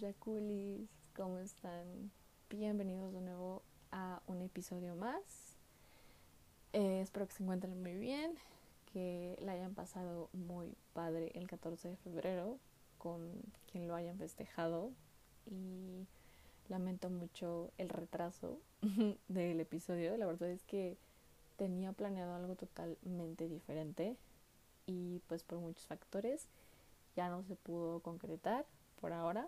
Yaculis, ¿cómo están? Bienvenidos de nuevo a un episodio más. Espero que se encuentren muy bien, que la hayan pasado muy padre el 14 de febrero con quien lo hayan festejado y lamento mucho el retraso del episodio. La verdad es que tenía planeado algo totalmente diferente y pues por muchos factores ya no se pudo concretar por ahora.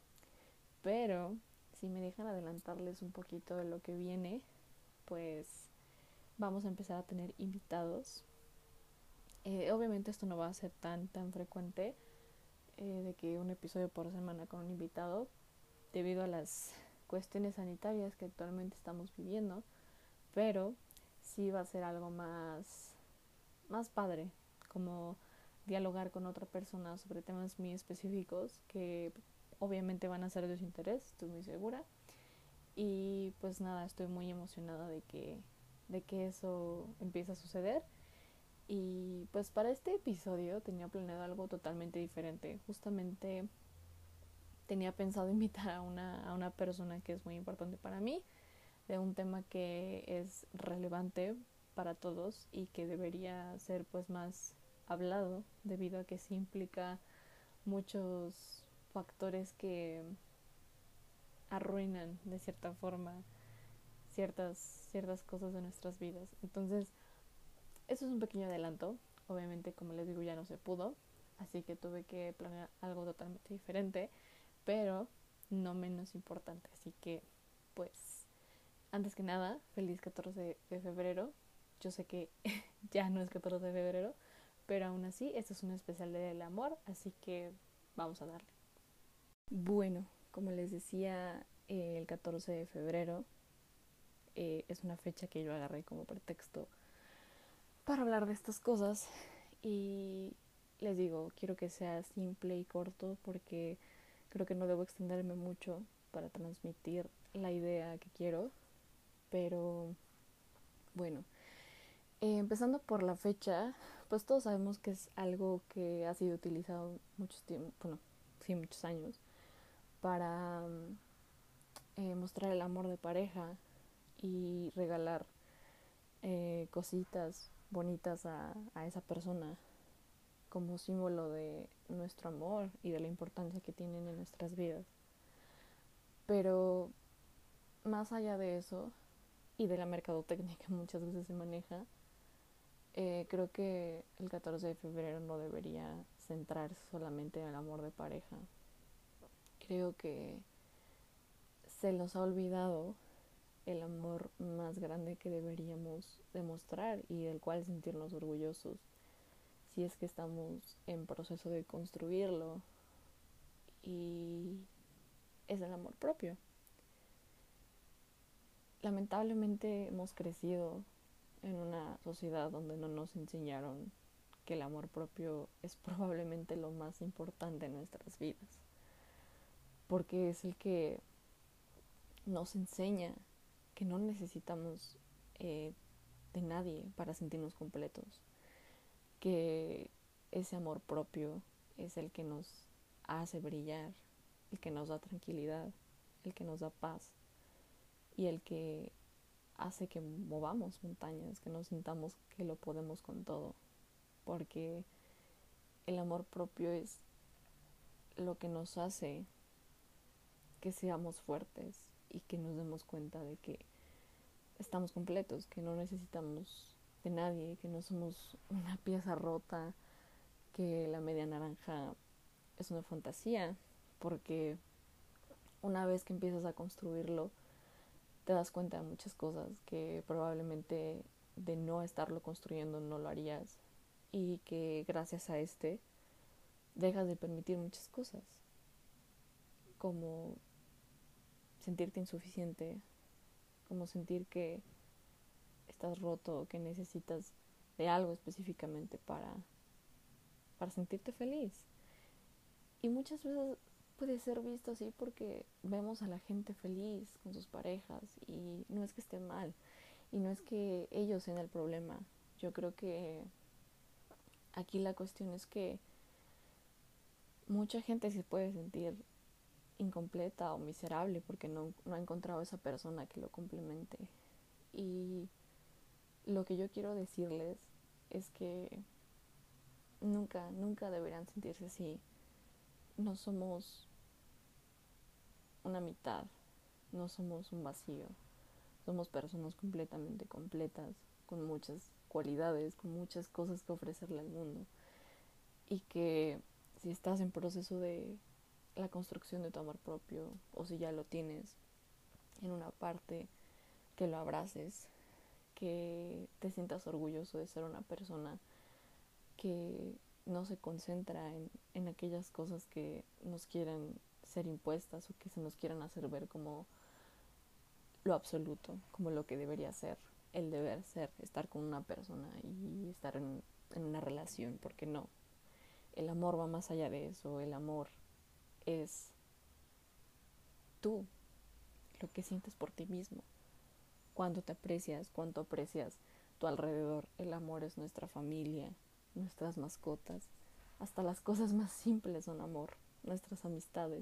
Pero si me dejan adelantarles un poquito de lo que viene, pues vamos a empezar a tener invitados. Obviamente esto no va a ser tan frecuente de que un episodio por semana con un invitado, debido a las cuestiones sanitarias que actualmente estamos viviendo, pero sí va a ser algo más padre, como dialogar con otra persona sobre temas muy específicos que obviamente van a ser de su interés, estoy muy segura. Y pues nada, estoy muy emocionada de que eso empiece a suceder. Y pues para este episodio tenía planeado algo totalmente diferente. Justamente tenía pensado invitar a una persona que es muy importante para mí, de un tema que es relevante para todos y que debería ser pues más hablado, debido a que sí implica muchos factores que arruinan de cierta forma ciertas cosas de nuestras vidas. Entonces, eso es un pequeño adelanto. Obviamente, como les digo, ya no se pudo, así que tuve que planear algo totalmente diferente, pero no menos importante. Así que, pues, antes que nada, feliz 14 de febrero. Yo sé que ya no es 14 de febrero, pero aún así, esto es un especial del amor, así que vamos a darle. Bueno, como les decía, el 14 de febrero es una fecha que yo agarré como pretexto para hablar de estas cosas. Y les digo, quiero que sea simple y corto porque creo que no debo extenderme mucho para transmitir la idea que quiero. Pero bueno, empezando por la fecha, pues todos sabemos que es algo que ha sido utilizado muchos tiempos, bueno, sí, muchos años, para mostrar el amor de pareja y regalar cositas bonitas a esa persona como símbolo de nuestro amor y de la importancia que tienen en nuestras vidas. Pero más allá de eso y de la mercadotecnia que muchas veces se maneja, creo que el 14 de febrero no debería centrarse solamente en el amor de pareja. Creo que se nos ha olvidado el amor más grande que deberíamos demostrar y del cual sentirnos orgullosos, si es que estamos en proceso de construirlo, y es el amor propio. Lamentablemente hemos crecido en una sociedad donde no nos enseñaron que el amor propio es probablemente lo más importante en nuestras vidas, porque es el que nos enseña que no necesitamos de nadie para sentirnos completos, que ese amor propio es el que nos hace brillar, el que nos da tranquilidad, el que nos da paz y el que hace que movamos montañas, que nos sintamos que lo podemos con todo, porque el amor propio es lo que nos hace que seamos fuertes y que nos demos cuenta de que estamos completos, que no necesitamos de nadie, que no somos una pieza rota, que la media naranja es una fantasía, porque una vez que empiezas a construirlo, te das cuenta de muchas cosas que probablemente de no estarlo construyendo no lo harías, y que gracias a dejas de permitir muchas cosas, como sentirte insuficiente, como sentir que estás roto, que necesitas de algo específicamente para sentirte feliz. Y muchas veces puede ser visto así porque vemos a la gente feliz con sus parejas y no es que esté mal y no es que ellos sean el problema. Yo creo que aquí la cuestión es que mucha gente se puede sentir incompleta o miserable porque no ha encontrado esa persona que lo complemente. Y lo que yo quiero decirles es que nunca, nunca deberían sentirse así. No somos una mitad, no somos un vacío. Somos personas completamente completas, con muchas cualidades, con muchas cosas que ofrecerle al mundo. Y que si estás en proceso de la construcción de tu amor propio, o si ya lo tienes en una parte, que lo abraces, que te sientas orgulloso de ser una persona que no se concentra en aquellas cosas que nos quieren ser impuestas o que se nos quieran hacer ver como lo absoluto, como lo que debería ser, el deber ser, estar con una persona y estar en una relación, porque no, el amor va más allá de eso, el amor es tú, lo que sientes por ti mismo, cuánto te aprecias, cuánto aprecias tu alrededor. El amor es nuestra familia, nuestras mascotas, hasta las cosas más simples son amor, nuestras amistades.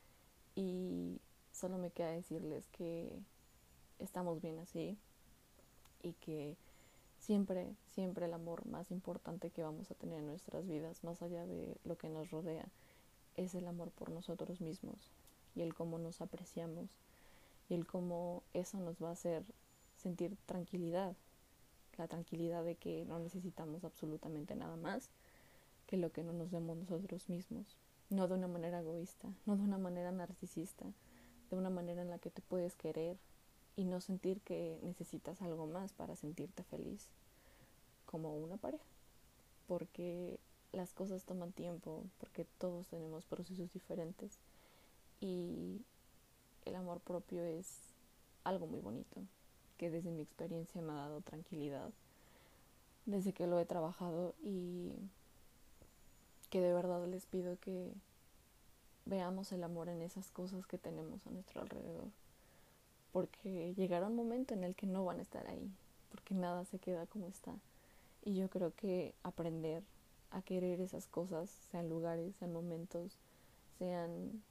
Y solo me queda decirles que estamos bien así y que siempre, siempre el amor más importante que vamos a tener en nuestras vidas, más allá de lo que nos rodea, es el amor por nosotros mismos y el cómo nos apreciamos y el cómo eso nos va a hacer sentir tranquilidad, la tranquilidad de que no necesitamos absolutamente nada más que lo que no nos demos nosotros mismos, no de una manera egoísta, no de una manera narcisista, de una manera en la que te puedes querer y no sentir que necesitas algo más para sentirte feliz, como una pareja, porque las cosas toman tiempo, porque todos tenemos procesos diferentes y el amor propio es algo muy bonito, que desde mi experiencia me ha dado tranquilidad desde que lo he trabajado y que de verdad les pido que veamos el amor en esas cosas que tenemos a nuestro alrededor, porque llegará un momento en el que no van a estar ahí, porque nada se queda como está. Y yo creo que aprender a querer esas cosas, sean lugares, sean momentos, sean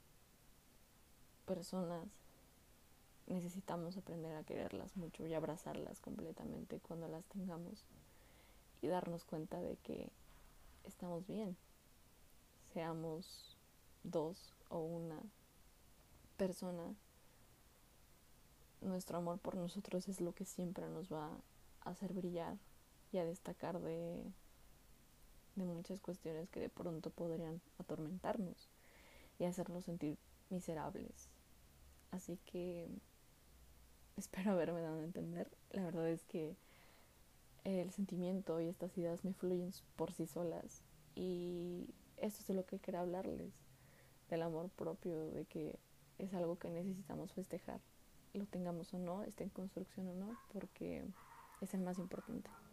personas, necesitamos aprender a quererlas mucho y abrazarlas completamente cuando las tengamos y darnos cuenta de que estamos bien, seamos dos o una persona. Nuestro amor por nosotros es lo que siempre nos va a hacer brillar y a destacar de muchas cuestiones que de pronto podrían atormentarnos y hacernos sentir miserables. Así que espero haberme dado a entender. La verdad es que el sentimiento y estas ideas me fluyen por sí solas y esto es de lo que quería hablarles, del amor propio, de que es algo que necesitamos festejar, lo tengamos o no, esté en construcción o no, porque es el más importante.